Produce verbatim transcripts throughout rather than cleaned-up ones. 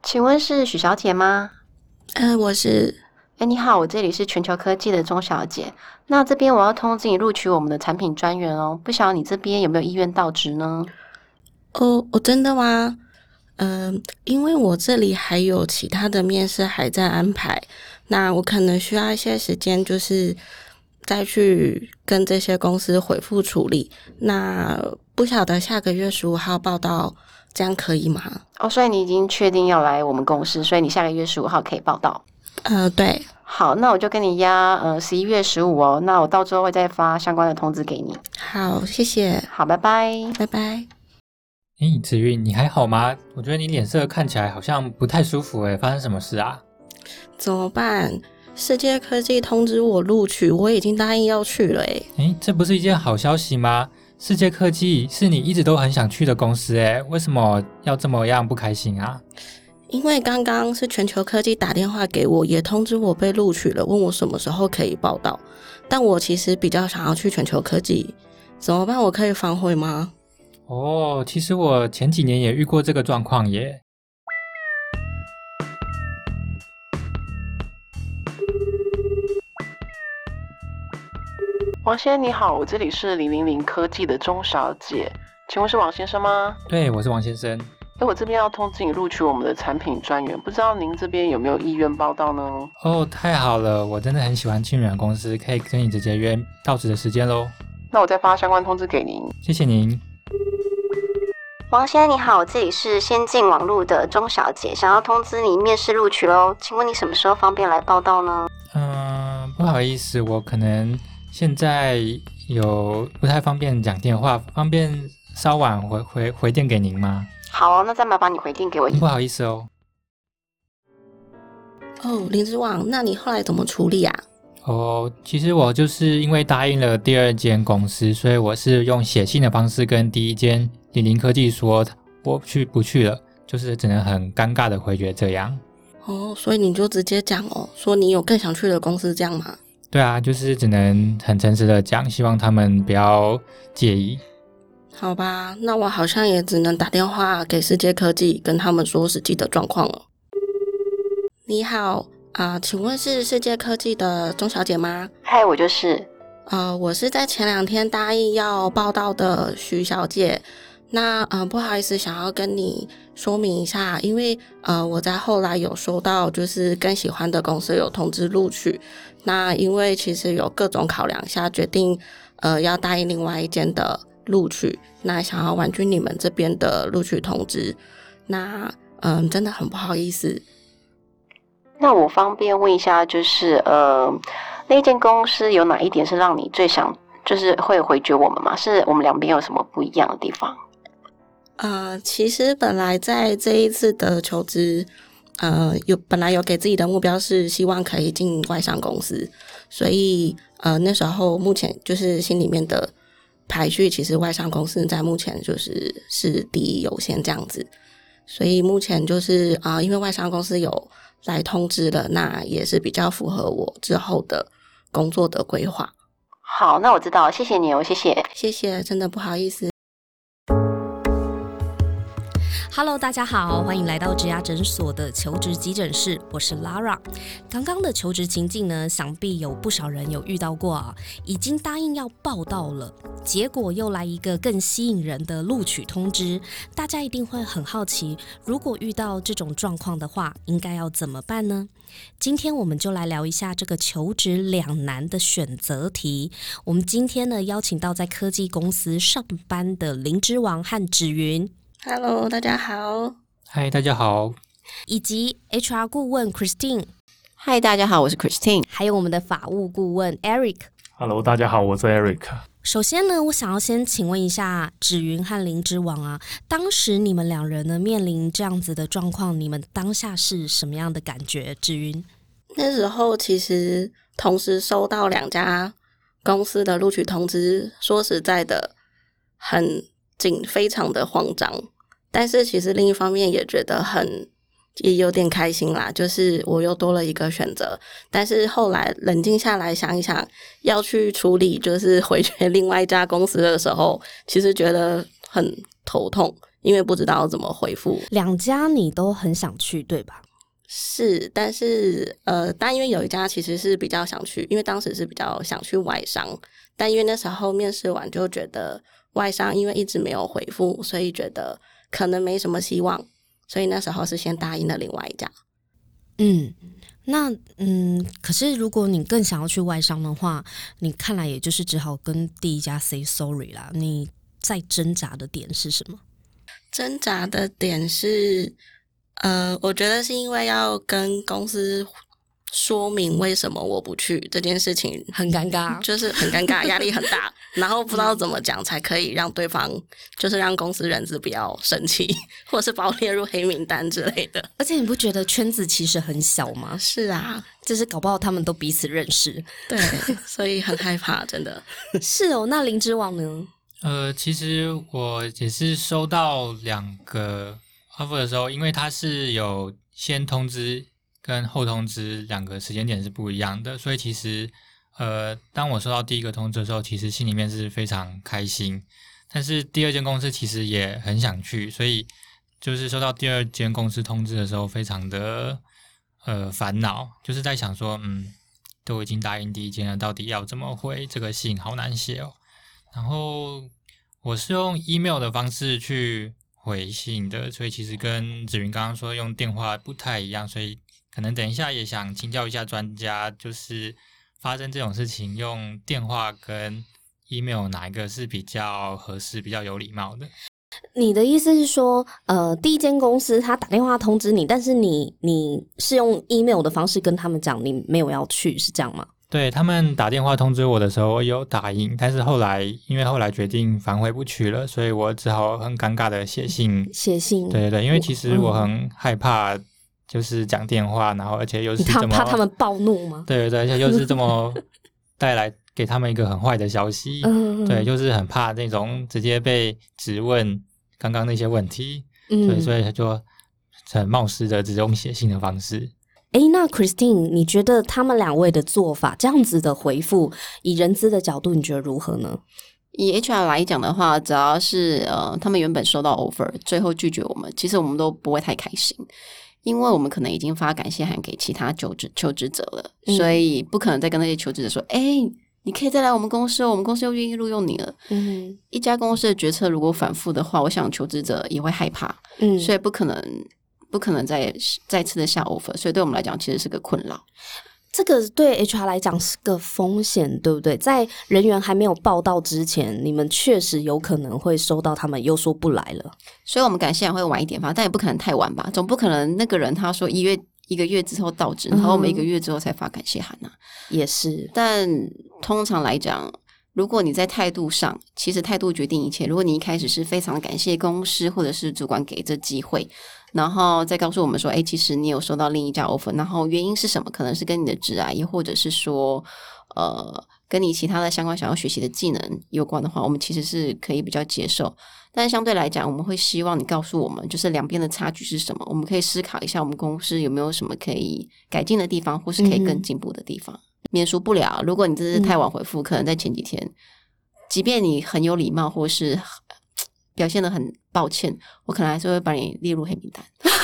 请问是许小姐吗？ 嗯、我是。 哎，你好，我这里是全球科技的钟小姐。那这边我要通知你录取我们的产品专员哦，不晓得你这边有没有意愿到职呢？ 哦，哦，真的吗？嗯、因为我这里还有其他的面试还在安排，那我可能需要一些时间，就是再去跟这些公司回复处理。那不晓得下个月十五号报到，这样可以吗？ 哦，所以你已经确定要来我们公司，所以你下个月十五号可以报到。 呃，对。 好，那我就跟你压呃十一月十五哦，那我到时候会再发相关的通知给你。 好，谢谢， 好，拜拜。 拜拜。 诶，子韵，你还好吗？我觉得你脸色看起来好像不太舒服诶，发生什么事啊？ 怎么办？世界科技通知我录取，我已经答应要去了诶。 诶，这不是一件好消息吗？世界科技是你一直都很想去的公司诶，为什么要这么样不开心啊？ 因为刚刚是全球科技打电话给我，也通知我被录取了，问我什么时候可以报到。但我其实比较想要去全球科技，怎么办？我可以反悔吗？ 哦，其实我前几年也遇过这个状况耶。 王先生你好，我这里是零零零科技的钟小姐，请问是王先生吗？ 对，我是王先生。 哎，我这边要通知你录取我们的产品专员，不知道您这边有没有意愿报到呢？ 哦，太好了，我真的很喜欢庆软公司，可以跟你直接约到职的时间咯。 那我再发相关通知给您。 谢谢您。 王先生你好，这里是先进网络的钟小姐，想要通知你面试录取咯，请问你什么时候方便来报到呢？ 嗯，不好意思，我可能现在有不太方便讲电话，方便稍晚回回回电给您吗？ 好哦，那再麻烦你回电给我。 不好意思哦。 哦，林之王，那你后来怎么处理啊？ 哦，其实我就是因为答应了第二间公司，所以我是用写信的方式跟第一间零零科技说我去不去了，就是只能很尴尬的回绝这样。 哦，所以你就直接讲哦，说你有更想去的公司，这样吗？ 对啊，就是只能很诚实的讲，希望他们不要介意。 好吧，那我好像也只能打电话给世界科技，跟他们说实际的状况了。你好啊、呃，请问是世界科技的钟小姐吗？ 嗨，我就是。 呃，我是在前两天答应要报到的徐小姐。那呃，不好意思，想要跟你说明一下，因为呃，我在后来有收到，就是更喜欢的公司有通知录取。那因为其实有各种考量下，决定呃要答应另外一间的录取，那想要婉拒你们这边的录取通知。那嗯、呃，真的很不好意思。 那我方便问一下，就是呃，那间公司有哪一点是让你最想，就是会回绝我们吗？是我们两边有什么不一样的地方？ 呃，其实本来在这一次的求职，呃，有本来有给自己的目标是希望可以进外商公司，所以呃那时候目前就是心里面的排序，其实外商公司在目前就是是第一优先这样子，所以目前就是啊、呃，因为外商公司有来通知了，那也是比较符合我之后的工作的规划。 好，那我知道，谢谢你哦，谢谢， 谢谢，真的不好意思。 Hello， 大家好，欢迎来到职涯诊所的求职急诊室，我是 Lara。刚刚的求职情境呢，想必有不少人有遇到过啊，已经答应要报到了，结果又来一个更吸引人的录取通知，大家一定会很好奇，如果遇到这种状况的话，应该要怎么办呢？今天我们就来聊一下这个求职两难的选择题。我们今天呢，邀请到在科技公司上班的林之王和芷云。 Hello， 大家好。 嗨，大家好。 以及 H R 顾问 Christine。 嗨，大家好，我是 Christine。 还有我们的法务顾问 Eric。 Hello， 大家好，我是 Eric。 首先呢，我想要先请问一下芷云和林之王啊，当时你们两人呢面临这样子的状况，你们当下是什么样的感觉？芷云， 那时候其实同时收到两家公司的录取通知，说实在的，很紧，非常的慌张。但是其实另一方面也觉得很也有点开心啦，就是我又多了一个选择。但是后来冷静下来想一想，要去处理就是回绝另外一家公司的时候，其实觉得很头痛， 因为不知道怎么回复。 两家你都很想去对吧？ 是，但是呃，但因为有一家其实是比较想去，因为当时是比较想去外商，但因为那时候面试完就觉得外商因为一直没有回复，所以觉得可能没什么希望，所以那时候是先答应了另外一家。 嗯，那嗯，可是如果你更想要去外商的话，你看来也就是只好跟第一家 say sorry 啦。你在挣扎的点是什么？ 挣扎的点是呃，我觉得是因为要跟公司说明为什么我不去这件事情很尴尬， 就是很尴尬，压力很大，然后不知道怎么讲才可以让对方，就是让公司人资不要生气，或是把我列入黑名单之类的。 而且你不觉得圈子其实很小吗？ 是啊， 就是搞不好他们都彼此认识， 对，所以很害怕，真的。 是哦，那林之王呢？ 呃，其实我也是收到两个 offer 的时候，因为它是有先通知跟后通知两个时间点是不一样的，所以其实呃，当我收到第一个通知的时候，其实心里面是非常开心。但是第二间公司其实也很想去，所以就是收到第二间公司通知的时候，非常的呃烦恼，就是在想说，嗯，都已经答应第一间了，到底要怎么回？这个信好难写哦。然后我是用 email 的方式去回信的，所以其实跟子云刚刚说用电话不太一样，所以可能等一下也想请教一下专家，就是发生这种事情用电话跟 email 哪一个是比较合适、比较有礼貌的？ 你的意思是说，呃，第一间公司他打电话通知你，但是你你是用 email 的方式跟他们讲你没有要去，是这样吗？ 对，他们打电话通知我的时候我有答应，但是后来因为后来决定反悔不去了，所以我只好很尴尬的写信。 写信， 对对对，因为其实我很害怕，就是讲电话，然后而且又是这么怕他们暴怒吗？ 对对对，而且又是这么带来给他们一个很坏的消息。 嗯， 对，就是很怕那种直接被质问刚刚那些问题。 嗯， 对，所以就很冒失的只用写信的方式。 诶，那 Christine 你觉得他们两位的做法这样子的回复，以人资的角度你觉得如何呢？ 以 H R 来讲的话，只要是呃他们原本收到 offer 最后拒绝我们，其实我们都不会太开心，因为我们可能已经发感谢函给其他求职求职者了、嗯、所以不可能再跟那些求职者说诶你可以再来我们公司哦，我们公司又愿意录用你了。嗯，一家公司的决策如果反复的话，我想求职者也会害怕，嗯，所以不可能不可能再再次的下 offer， 所以对我们来讲其实是个困扰。 这个对 H R 来讲是个风险，对不对？在人员还没有报到之前，你们确实有可能会收到他们又说不来了， 所以我们感谢函会晚一点发，但也不可能太晚吧？总不可能那个人他说一月一个月之后到职，然后我们一个月之后才发感谢函啊。 也是， 但通常来讲，如果你在态度上，其实态度决定一切。如果你一开始是非常感谢公司或者是主管给这机会，然后再告诉我们说，哎，其实你有收到另一家 offer， 然后原因是什么？可能是跟你的职涯，又或者是说，呃，跟你其他的相关想要学习的技能有关的话，我们其实是可以比较接受。但相对来讲，我们会希望你告诉我们，就是两边的差距是什么，我们可以思考一下，我们公司有没有什么可以改进的地方，或是可以更进步的地方。嗯、免俗不了，如果你真是太晚回复，嗯、可能在前几天，即便你很有礼貌，或是表现得很抱歉，我可能还是会把你列入黑名单。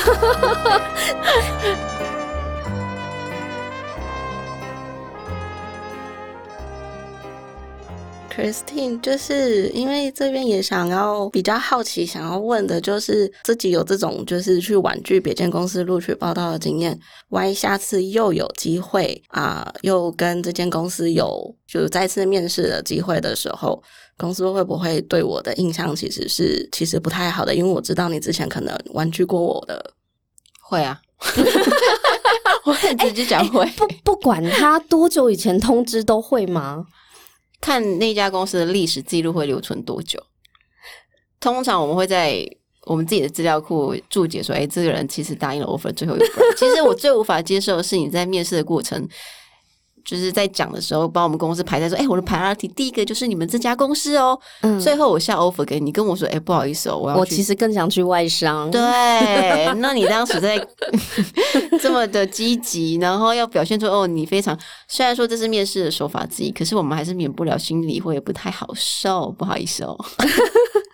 Christine 就是因为这边也想要比较好奇，想要问的就是自己有这种就是去婉拒别间公司录取报道的经验，万一下次又有机会啊、呃，又跟这间公司有就再次面试的机会的时候，公司会不会对我的印象其实是其实不太好的？因为我知道你之前可能婉拒过我的。 会啊。我很直接讲会、 欸欸、不不管他多久以前通知都会吗？ 看那家公司的历史记录会留存多久。通常我们会在我们自己的资料库注解说，诶，这个人其实答应了 offer 最后一步。其实我最无法接受的是你在面试的过程，就是在讲的时候把我们公司排在说，诶，我的 priority 第一个就是你们这家公司哦、嗯、最后我下 offer 给你，跟我说，诶，不好意思哦，我要去， 我其实更想去外商。 对，那你当时在这么的积极，然后要表现出哦，你非常，虽然说这是面试的手法之一，可是我们还是免不了心里会不太好受，不好意思哦。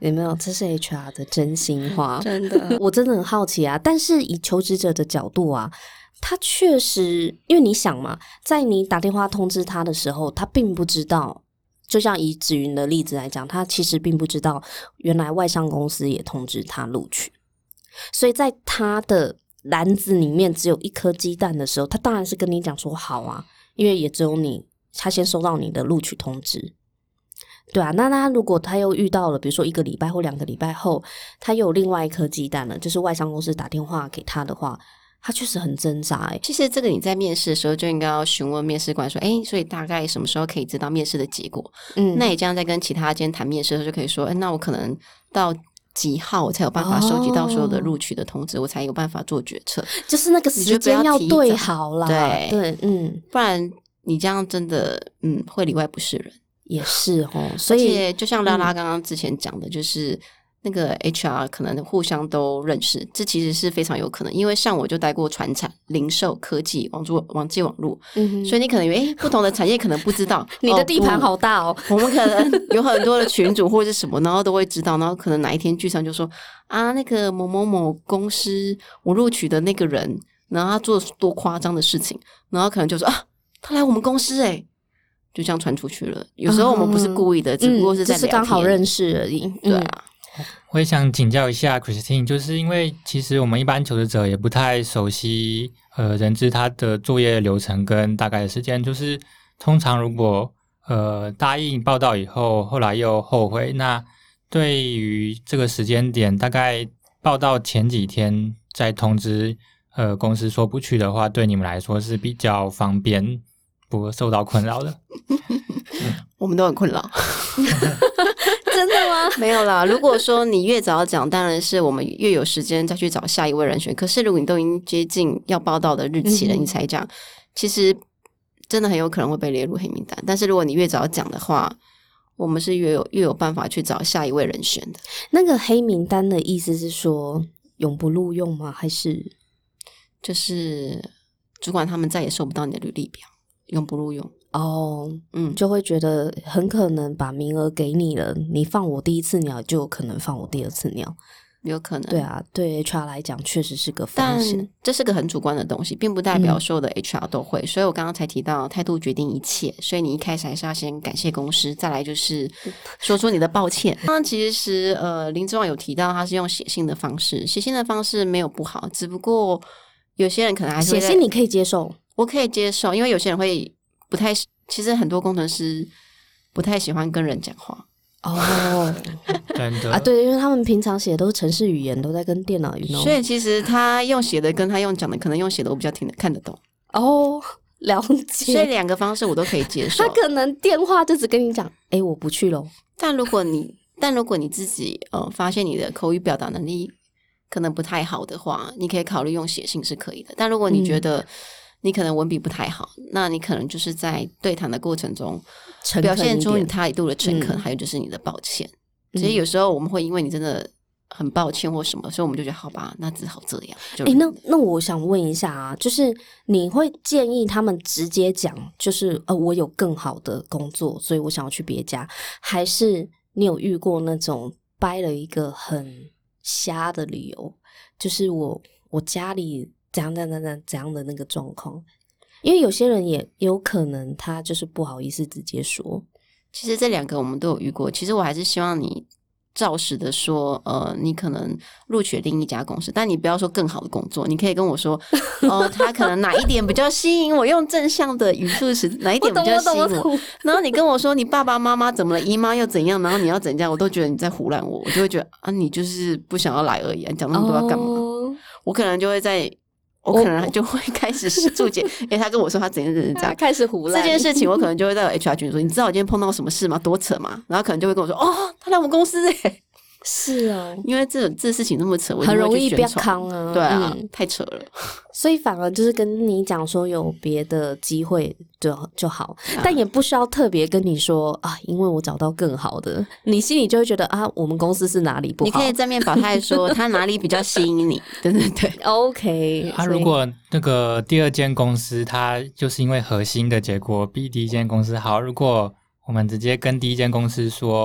有没有？这是 H R 的真心话， 真的， 我真的很好奇啊。但是以求职者的角度啊，他确实，因为你想嘛，在你打电话通知他的时候，他并不知道。就像以子云的例子来讲，他其实并不知道原来外商公司也通知他录取，所以在他的篮子里面只有一颗鸡蛋的时候，他当然是跟你讲说好啊，因为也只有你，他先收到你的录取通知。对啊，那他如果他又遇到了，比如说一个礼拜或两个礼拜后，他又有另外一颗鸡蛋了，就是外商公司打电话给他的话，他确实很挣扎哎。 其实这个你在面试的时候就应该要询问面试官说，哎，所以大概什么时候可以知道面试的结果？嗯，那你这样在跟其他间谈面试的时候就可以说，哎，那我可能到几号我才有办法收集到所有的录取的通知，哦、我才有办法做决策。 就是那个时间要对好啦， 对对，嗯， 不然你这样真的嗯会里外不是人。 也是哦，所以而且就像拉拉刚刚之前讲的，就是那个 H R 可能互相都认识，这其实是非常有可能。因为像我就待过传产、零售、科技、网络、网际网络，嗯，所以你可能以为诶不同的产业可能不知道， 你的地盘好大哦。 我们可能有很多的群组或者是什么，然后都会知道，然后可能哪一天聚餐就说啊，那个某某某公司我录取的那个人，然后他做多夸张的事情，然后可能就说啊，他来我们公司诶、欸就这样传出去了。有时候我们不是故意的，嗯、只不过是在聊天， 只是刚好认识而已。 对啊， 我也想请教一下 Christine， 就是因为其实我们一般求职者也不太熟悉呃人资他的作业流程跟大概的时间，就是通常如果呃答应报到以后，后来又后悔，那对于这个时间点，大概报到前几天再通知呃公司说不去的话，对你们来说是比较方便，不会受到困扰的。 我们都很困扰。 真的吗？ 没有啦。如果说你越早讲，当然是我们越有时间再去找下一位人选。可是如果你都已经接近要报到的日期了，嗯、你才讲，其实真的很有可能会被列入黑名单。但是如果你越早讲的话，我们是越有越有办法去找下一位人选的。 那个黑名单的意思是说永不录用吗？还是就是主管他们再也收不到你的履历表，永不录用。 哦，嗯，就会觉得很可能把名额给你了，你放我第一次鸟，就有可能放我第二次鸟， 有可能。 对啊，对 H R 来讲确实是个风险， 但这是个很主观的东西，并不代表所有的 H R 都会。嗯、所以我刚刚才提到态度决定一切，所以你一开始还是要先感谢公司，再来就是说出你的抱歉。刚刚其实呃林之旺有提到他是用写信的方式，写信的方式没有不好，只不过有些人可能还是写信你可以接受， 我可以接受，因为有些人会。不太，其实很多工程师不太喜欢跟人讲话哦， 真的啊，对，因为他们平常写的都是程式语言，都在跟电脑语言， 所以其实他用写的跟他用讲的，可能用写的我比较听得看得懂哦，了解。 所以两个方式我都可以接受。 他可能电话就只跟你讲，哎，我不去咯。 但如果你，但如果你自己呃发现你的口语表达能力可能不太好的话，你可以考虑用写信是可以的。但如果你觉得、嗯你可能文笔不太好，那你可能就是在对谈的过程中表现出你态度的诚恳、嗯、还有就是你的抱歉。所以有时候我们会因为你真的很抱歉或什么，所以我们就觉得好吧，那只好这样。 诶，那那我想问一下啊，就是你会建议他们直接讲，就是呃我有更好的工作，所以我想要去别家，还是你有遇过那种掰了一个很瞎的理由，就是我我家里怎样怎样怎样怎样的那个状况？因为有些人也有可能他就是不好意思直接说。 其实这两个我们都有遇过。其实我还是希望你照实的说，呃，你可能录取另一家公司，但你不要说更好的工作，你可以跟我说，哦、呃，他可能哪一点比较吸引我，用正向的语速词，哪一点比较吸引我。然后你跟我说你爸爸妈妈怎么了，姨妈又怎样，然后你要怎样，我都觉得你在唬烂我，我就会觉得啊，你就是不想要来而已，你讲那么多要干嘛？哦、我可能就会在。我可能就会开始注解，因为他跟我说他怎样怎样怎样， 开始胡乱这件事情，我可能就会在 H R 群说，你知道我今天碰到什么事吗？多扯嘛！然后可能就会跟我说，哦，他来我们公司哎， 是哦， 因为这这事情那么扯，我很容易被坑啊， 对啊、嗯，太扯了。 所以反而就是跟你讲说有别的机会就就好，啊、但也不需要特别跟你说啊，因为我找到更好的，你心里就会觉得啊，我们公司是哪里不好？ 你可以正面表态说他哪里比较吸引你，对对对 ，OK。 他、啊、如果那个第二间公司，它就是因为核心的结果比第一间公司好，如果我们直接跟第一间公司说，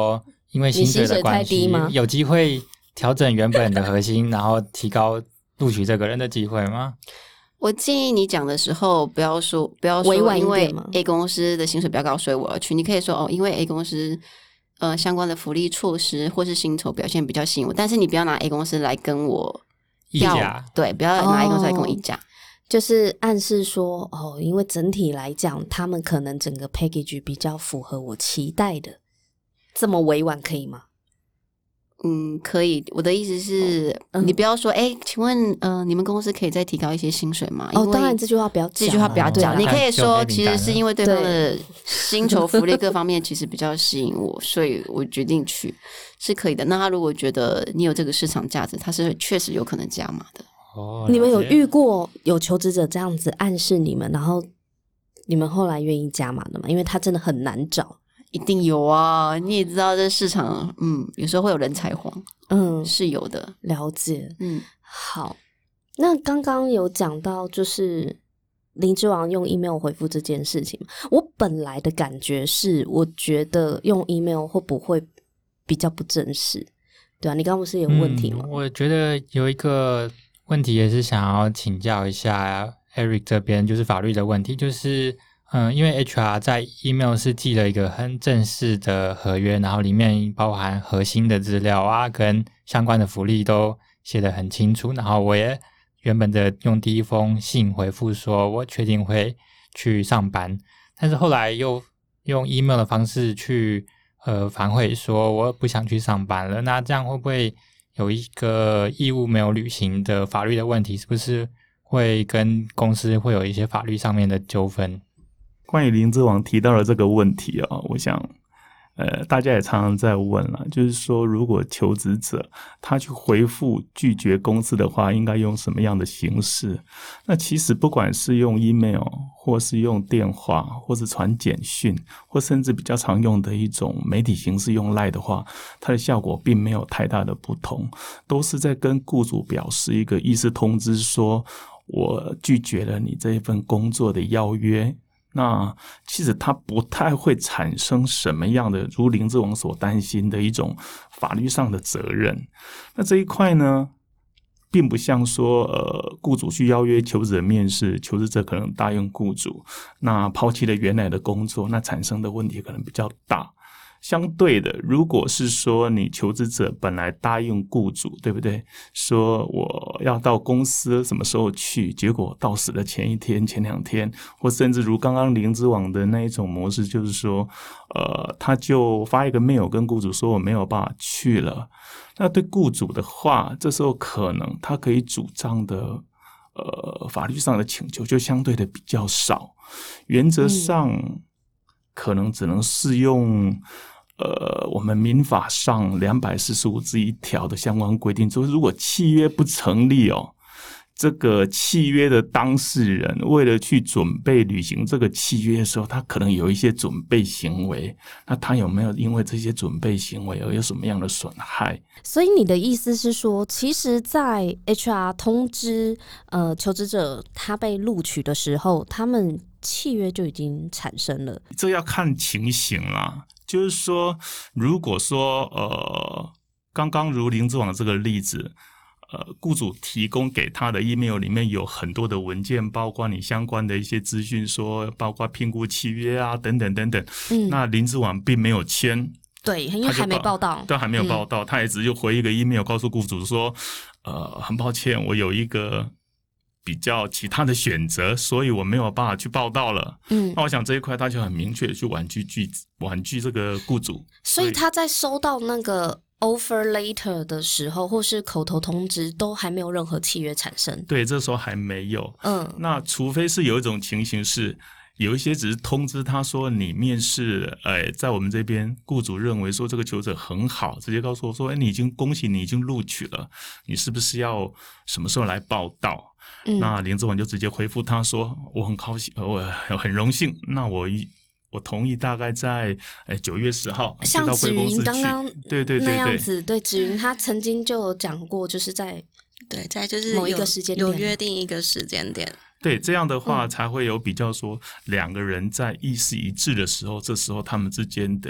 因为薪水的关你薪水太低吗系，有机会调整原本的核心，然后提高录取这个人的机会吗？ 我建议你讲的时候，不要说不要委婉一说因为点吗 A 公司的薪水比较高，所以我要去。你可以说哦，因为 A 公司呃相关的福利措施或是薪酬表现比较吸引我，但是你不要拿 A 公司来跟我要议价， 对，不要拿 A 公司来跟我哦议价。 就是暗示说，哦，因为整体来讲，他们可能整个 package 比较符合我期待的，这么委婉可以吗？ 嗯，可以。我的意思是， 嗯你不要说，哎、请问，呃，你们公司可以再提高一些薪水吗？因哦， 为当然这句话不要讲啊， 这句话不要讲， 对你可以说， 就黑名单了其实是因为对方的薪酬福利各方面其实比较吸引我，所以我决定去，是可以的。那他如果觉得你有这个市场价值，他是确实有可能加码的。 哦， 你们有了解遇过有求职者这样子暗示你们，然后你们后来愿意加码的吗？因为他真的很难找。 一定有啊，你也知道这市场，嗯，有时候会有人才荒， 嗯， 是有的， 了解。 嗯。 好，那刚刚有讲到就是林之王用 email 回复这件事情，我本来的感觉是，我觉得用 email 会不会比较不正式？对啊，你刚刚不是有问题吗？ 嗯？我觉得有一个问题也是想要请教一下 Eric 这边，就是法律的问题，就是嗯，因为 H R 在 email 是寄了一个很正式的合约，然后里面包含核心的资料啊，跟相关的福利都写得很清楚，然后我也原本的用第一封信回复说我确定会去上班，但是后来又用 email 的方式去呃反悔说我不想去上班了，那这样会不会有一个义务没有履行的法律的问题？是不是会跟公司会有一些法律上面的纠纷？ 关于林之王提到的这个问题啊，我想呃，大家也常常在问了，就是说如果求职者他去回复拒绝公司的话，应该用什么样的形式？那其实不管是用 email 或是用电话或是传简讯，或甚至比较常用的一种媒体形式用 LINE 的话，它的效果并没有太大的不同，都是在跟雇主表示一个意思通知，说我拒绝了你这一份工作的邀约。那其实它不太会产生什么样的如林之王所担心的一种法律上的责任。那这一块呢，并不像说呃，雇主去邀约求职者面试，求职者可能答应雇主，那抛弃了原来的工作，那产生的问题可能比较大。相对的，如果是说你求职者本来答应雇主，对不对？说我要到公司什么时候去，结果到死的前一天、前两天，或甚至如刚刚林之王的那一种模式，就是说，呃，他就发一个 mail 跟雇主说我没有办法去了。那对雇主的话，这时候可能他可以主张的，呃，法律上的请求就相对的比较少，原则上。嗯可能只能适用呃我们民法上两百四十五之一条的相关规定，就是如果契约不成立哦，这个契约的当事人为了去准备履行这个契约的时候，他可能有一些准备行为，那他有没有因为这些准备行为而有什么样的损害？ 所以你的意思是说，其实在 H R 通知呃求职者他被录取的时候，他们契约就已经产生了。 这要看情形啦，就是说如果说呃刚刚如林之王这个例子，呃雇主提供给他的 email 里面有很多的文件，包括你相关的一些资讯，说包括评估契约啊等等等等， 嗯， 那林之王并没有签， 对，因为还没报到， 对，还没有报到，嗯、他也只是回一个 email 告诉雇主说，呃，很抱歉，我有一个比较其他的选择，所以我没有办法去报到了。嗯，那我想这一块他就很明确的去婉拒拒婉拒这个雇主， 所以他在收到那个 offer letter 的时候，或是口头通知，都还没有任何契约产生。 对，这时候还没有。 嗯， 那除非是有一种情形是。有一些只是通知他说你面试，哎，在我们这边雇主认为说这个求职者很好，直接告诉我说，哎，你已经恭喜你已经录取了，你是不是要什么时候来报到？嗯、那林之王就直接回复他说，我很高兴，我很荣幸，那我我同意，大概在哎九月十号像芷云刚刚对对对那样子，对芷云他曾经就有讲过，就是在对在就是某一个时间点有约定一个时间点。 对，这样的话才会有比较说两个人在意思一致的时候，这时候他们之间的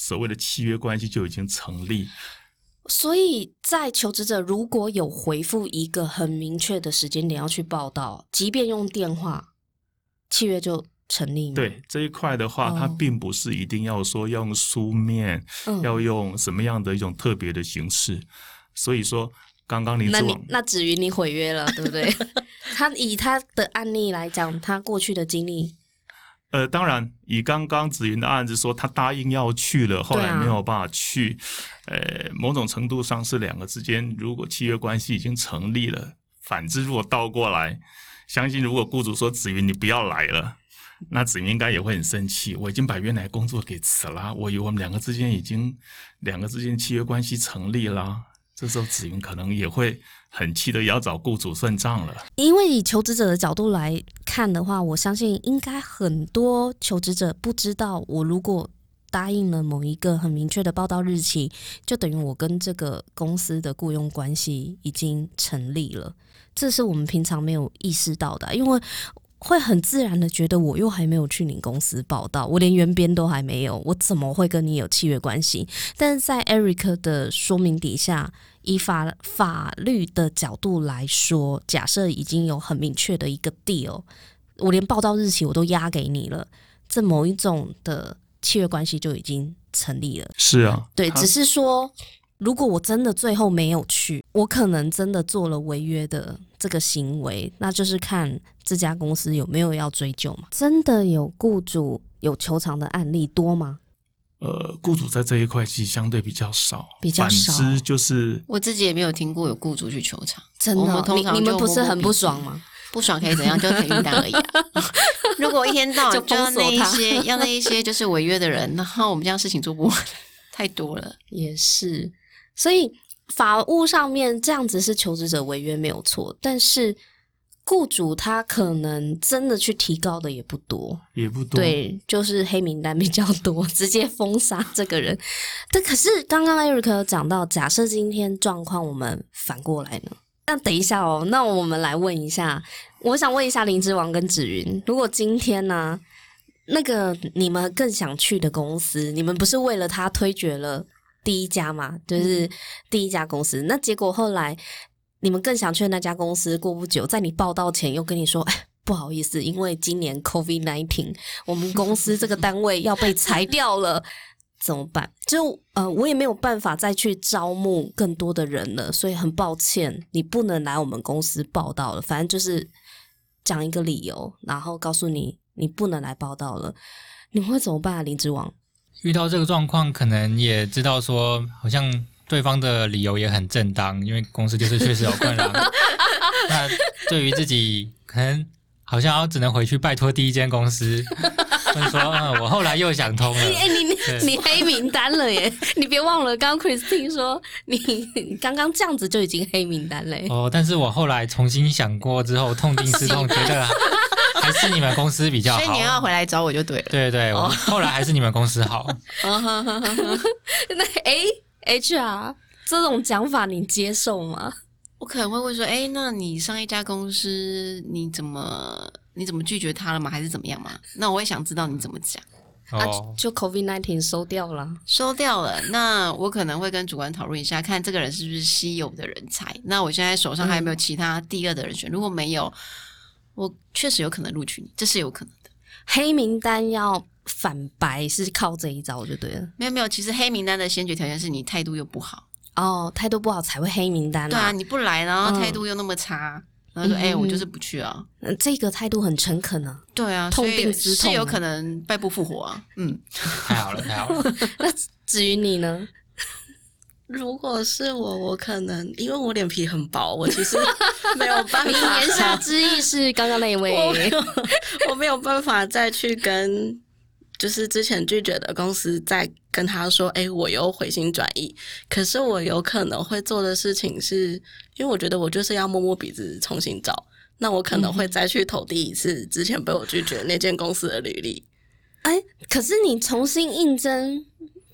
所谓的契约关系就已经成立。 所以在求职者如果有回复一个很明确的时间点要去报到，即便用电话，契约就成立吗？ 对，这一块的话、 哦、 它并不是一定要说要用书面、嗯、要用什么样的一种特别的形式。所以说刚刚林之王， 那你那子瑜你毁约了对不对？他以他的案例来讲，他过去的经历， 呃，当然以刚刚子云的案子说他答应要去了，后来没有办法去、啊、呃，某种程度上是两个之间如果契约关系已经成立了，反之如果倒过来，相信如果雇主说子云你不要来了，那子云应该也会很生气，我已经把原来工作给辞了，我以为我们两个之间已经两个之间契约关系成立了，这时候子云可能也会很气的也要找雇主算账了。 因为以求职者的角度来看的话，我相信应该很多求职者不知道，我如果答应了某一个很明确的报到日期，就等于我跟这个公司的雇佣关系已经成立了，这是我们平常没有意识到的，因为会很自然的觉得我又还没有去你公司报到，我连原编都还没有，我怎么会跟你有契约关系？但是在 Eric 的说明底下，以法法律的角度来说，假设已经有很明确的一个 deal， 我连报到日期我都压给你了，这某一种的契约关系就已经成立了。 是啊， 对，只是说如果我真的最后没有去，我可能真的做了违约的这个行为，那就是看这家公司有没有要追究嘛。真的有雇主有求偿的案例多吗？ 呃，雇主在这一块其实相对比较少， 比较少。 反之就是我自己也没有听过有雇主去求偿， 真的， 我们通常就你你们不是很不爽吗？ 不爽可以怎样？就黑名单而已、啊。如果一天到晚就要那一些要那一些就是违约的人，然后我们这样事情做不完，太多了。 也是，所以法务上面这样子是求职者违约没有错，但是雇主他可能真的去提告的也不多， 也不多， 对，就是黑名单比较多，直接封杀这个人。但可是刚刚 Eric 有讲到，假设今天状况我们反过来呢？那等一下哦，那我们来问一下，我想问一下林之王跟芷云，如果今天呢、啊，那个你们更想去的公司，你们不是为了他推决了第一家嘛，就是第一家公司，那结果后来你们更想去的那家公司，过不久在你报到前又跟你说，哎，不好意思，因为今年 COVID 十九 我们公司这个单位要被裁掉了。怎么办？就呃，我也没有办法再去招募更多的人了，所以很抱歉，你不能来我们公司报到了。反正就是讲一个理由，然后告诉你你不能来报到了。你们会怎么办啊，林之王？ 遇到这个状况，可能也知道说，好像对方的理由也很正当，因为公司就是确实有困扰。那对于自己，可能好像要只能回去拜托第一间公司。或者说、嗯、我后来又想通了。 欸、你你你黑名单了耶！你别忘了，刚刚 Christine 说你你刚刚这样子就已经黑名单了耶。 哦，但是我后来重新想过之后，痛定思痛，觉得还是你们公司比较好。 所以你要回来找我就对了。 对对，我后来还是你们公司好。 那哎 H R 这种讲法你接受吗？ 我可能会问说，哎，那你上一家公司你怎么你怎么拒绝他了吗？还是怎么样嘛？那我也想知道你怎么讲。 哦、 啊，就 COVID 十九 收掉了， 收掉了。那我可能会跟主管讨论一下，看这个人是不是稀有的人才。那我现在手上还有没有其他第二的人选？嗯、如果没有，我确实有可能录取你，这是有可能的。 黑名单要反白是靠这一招就对了。 没有没有，其实黑名单的先决条件是你态度又不好。 哦，态度不好才会黑名单啊。 对啊，你不来，然后态度又那么差，嗯、然后说哎、欸，我就是不去啊。 嗯，这个态度很诚恳啊。 对啊， 痛定思痛是有可能败不复活啊。嗯， 太好了，太好了。 那至于你呢？ 如果是我，我可能因为我脸皮很薄，我其实没有办法。 言下之意是刚刚那一位， 我没有，我没有办法再去跟就是之前拒绝的公司再跟他说，哎、欸，我又回心转意。可是我有可能会做的事情是，因为我觉得我就是要摸摸鼻子重新找，那我可能会再去投递一次之前被我拒绝那间公司的履历。 哎、欸，可是你重新应征。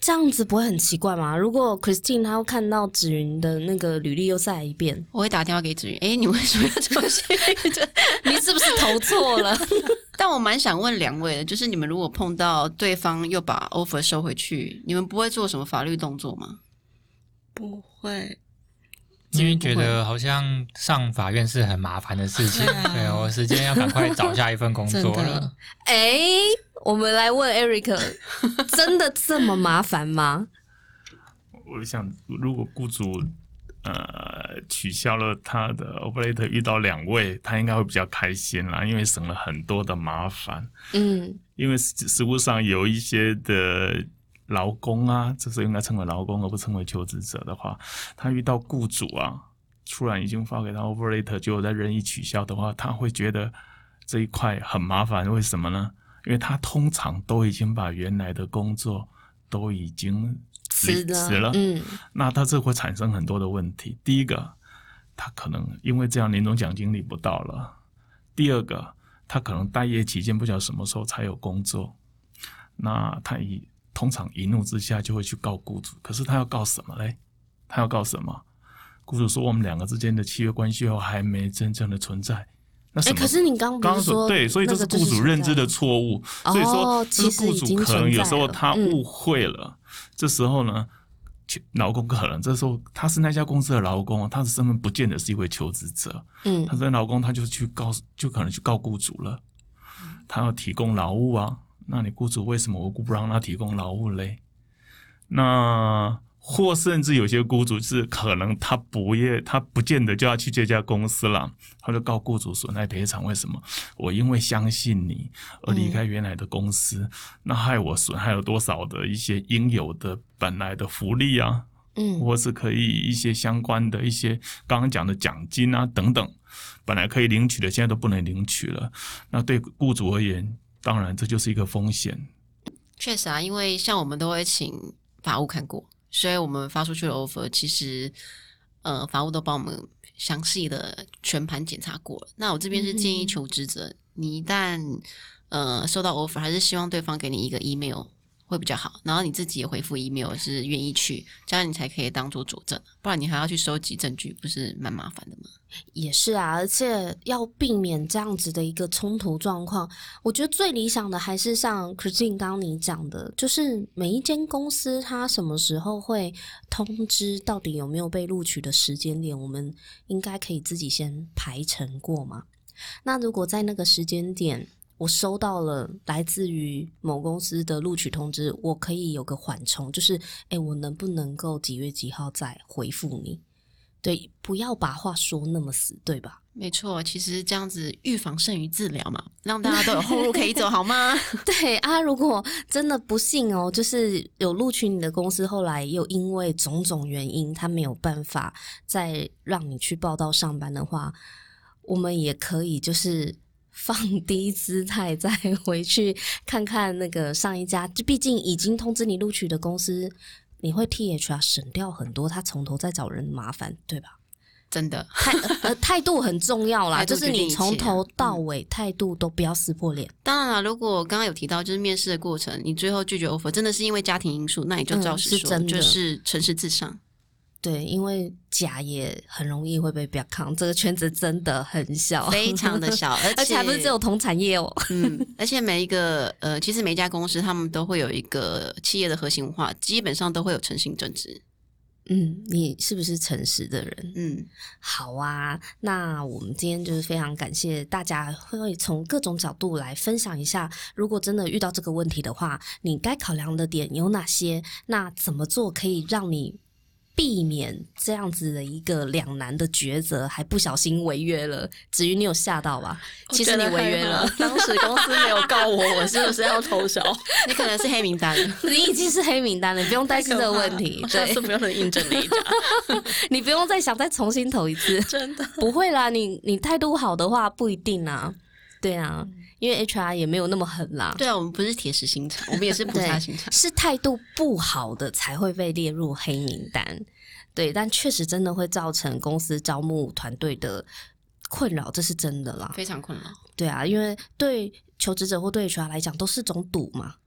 这样子不会很奇怪吗？如果 Christine 她要看到芷云的那个履历又再来一遍， 我会打电话给芷云，哎，你为什么要这么写？ 你是不是投错了？ 但我蛮想问两位的，就是你们如果碰到对方又把 offer 收回去，你们不会做什么法律动作吗？ 不会， 因为觉得好像上法院是很麻烦的事情，对我时间要赶快找下一份工作了。 哎，我们来问 Eric， 真的这么麻烦吗？ 我想，如果雇主呃取消了他的 operator， 遇到两位，他应该会比较开心啦，因为省了很多的麻烦。 嗯， 因为实务上有一些的劳工啊，这时候应该称为劳工而不称为求职者的话，他遇到雇主啊，突然已经发给他 operator， 结果再任意取消的话，他会觉得这一块很麻烦。为什么呢？因为他通常都已经把原来的工作都已经辞了， 嗯， 那他这会产生很多的问题。第一个，他可能因为这样年终奖金领不到了；第二个，他可能待业期间不知道什么时候才有工作，那他以通常一怒之下就会去告雇主。可是他要告什么嘞？他要告什么？雇主说我们两个之间的契约关系还没真正的存在。那什么？ 可是你刚刚不是说对，所以这是雇主认知的错误。 哦、 所以说，这是雇主可能有时候他误会了。 嗯、 这时候呢，劳工可能这时候他是那家公司的劳工，他的身份不见得是一位求职者。 嗯， 他是劳工，他就去告，就可能去告雇主了。他要提供劳务啊，那你雇主为什么我不让他提供劳务嘞？那或甚至有些雇主是可能他不业，他不见得就要去这家公司了，他就告雇主损害赔偿。为什么？我因为相信你而离开原来的公司，嗯、那害我损害了多少的一些应有的本来的福利啊， 嗯， 或是可以一些相关的一些刚刚讲的奖金啊等等，本来可以领取的，现在都不能领取了。那对雇主而言，当然这就是一个风险。 确实啊，因为像我们都会请法务看过。所以我们发出去的 offer， 其实呃法务都帮我们详细的全盘检查过了。那我这边是建议求职者，嗯、你一旦呃收到 offer， 还是希望对方给你一个 email 会比较好，然后你自己也回复 email 是愿意去，这样你才可以当做佐证，不然你还要去收集证据，不是蛮麻烦的吗？ 也是啊，而且要避免这样子的一个冲突状况，我觉得最理想的还是像 Christine 刚刚你讲的，就是每一间公司它什么时候会通知到底有没有被录取的时间点，我们应该可以自己先排程过嘛。那如果在那个时间点我收到了来自于某公司的录取通知，我可以有个缓冲，就是诶我能不能够几月几号再回复你。对，不要把话说那么死，对吧？ 没错，其实这样子预防胜于治疗嘛，让大家都有后路可以走，好吗？ 对啊，如果真的不幸哦，就是有录取你的公司，后来又因为种种原因，他没有办法再让你去报到上班的话，我们也可以就是放低姿态，再回去看看那个上一家，就毕竟已经通知你录取的公司。你会替 H R 省掉很多他从头再找人麻烦，对吧？ 真的， 态呃态度很重要啦，就是你从头到尾、 嗯、 态度都不要撕破脸。 当然了，如果刚刚有提到就是面试的过程，你最后拒绝 offer 真的是因为家庭因素，那你就照实说， 嗯、是就是诚实至上。 对，因为假也很容易会被表抗，这个圈子真的很小， 非常的小，而且而且还不是只有同产业哦。 嗯，而且每一个呃，其实每一家公司他们都会有一个企业的核心文化，基本上都会有诚信正直。 嗯，你是不是诚实的人？ 嗯， 好啊。那我们今天就是非常感谢大家会从各种角度来分享一下，如果真的遇到这个问题的话，你该考量的点有哪些？那怎么做可以让你避免这样子的一个两难的抉择，还不小心违约了？子瑜，你有吓到吧？其实你违约了， 当时公司没有告我，我是不是要偷笑？ 你可能是黑名单， 你已经是黑名单了，你不用担心这个问题。 下次不用再应征那一家， 你不用再想再重新投一次， 真的不会啦。你你态度好的话不一定啊，对啊。嗯，因为 H R 也没有那么狠啦。 对啊，我们不是铁石心肠，我们也是菩萨心肠。 是态度不好的才会被列入黑名单。对，但确实真的会造成公司招募团队的困扰，这是真的啦， 非常困扰。 对啊，因为对求职者或对 H R 来讲都是种赌嘛。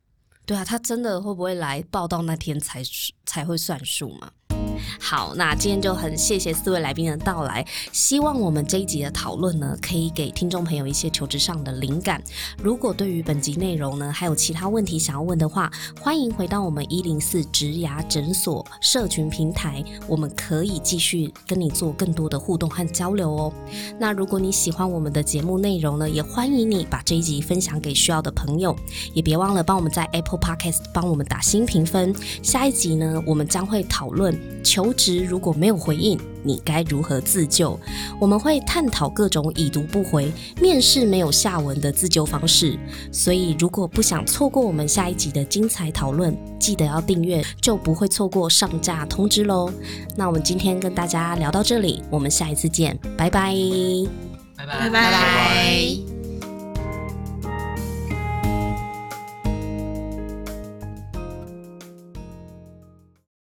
对啊，他真的会不会来报到那天才才会算数嘛？好，那今天就很谢谢四位来宾的到来，希望我们这一集的讨论呢，可以给听众朋友一些求职上的灵感。如果对于本集内容呢，还有其他问题想要问的话，欢迎回到我们一零四职涯诊所社群平台，我们可以继续跟你做更多的互动和交流哦。那如果你喜欢我们的节目内容呢，也欢迎你把这一集分享给需要的朋友，也别忘了帮我们在 Apple Podcast 帮我们打新评分。下一集呢，我们将会讨论求职如果没有回应，你该如何自救？我们会探讨各种已读不回、面试没有下文的自救方式。所以如果不想错过我们下一集的精彩讨论，记得要订阅，就不会错过上架通知咯。那我们今天跟大家聊到这里，我们下一次见，拜拜， 拜拜拜拜。 拜拜。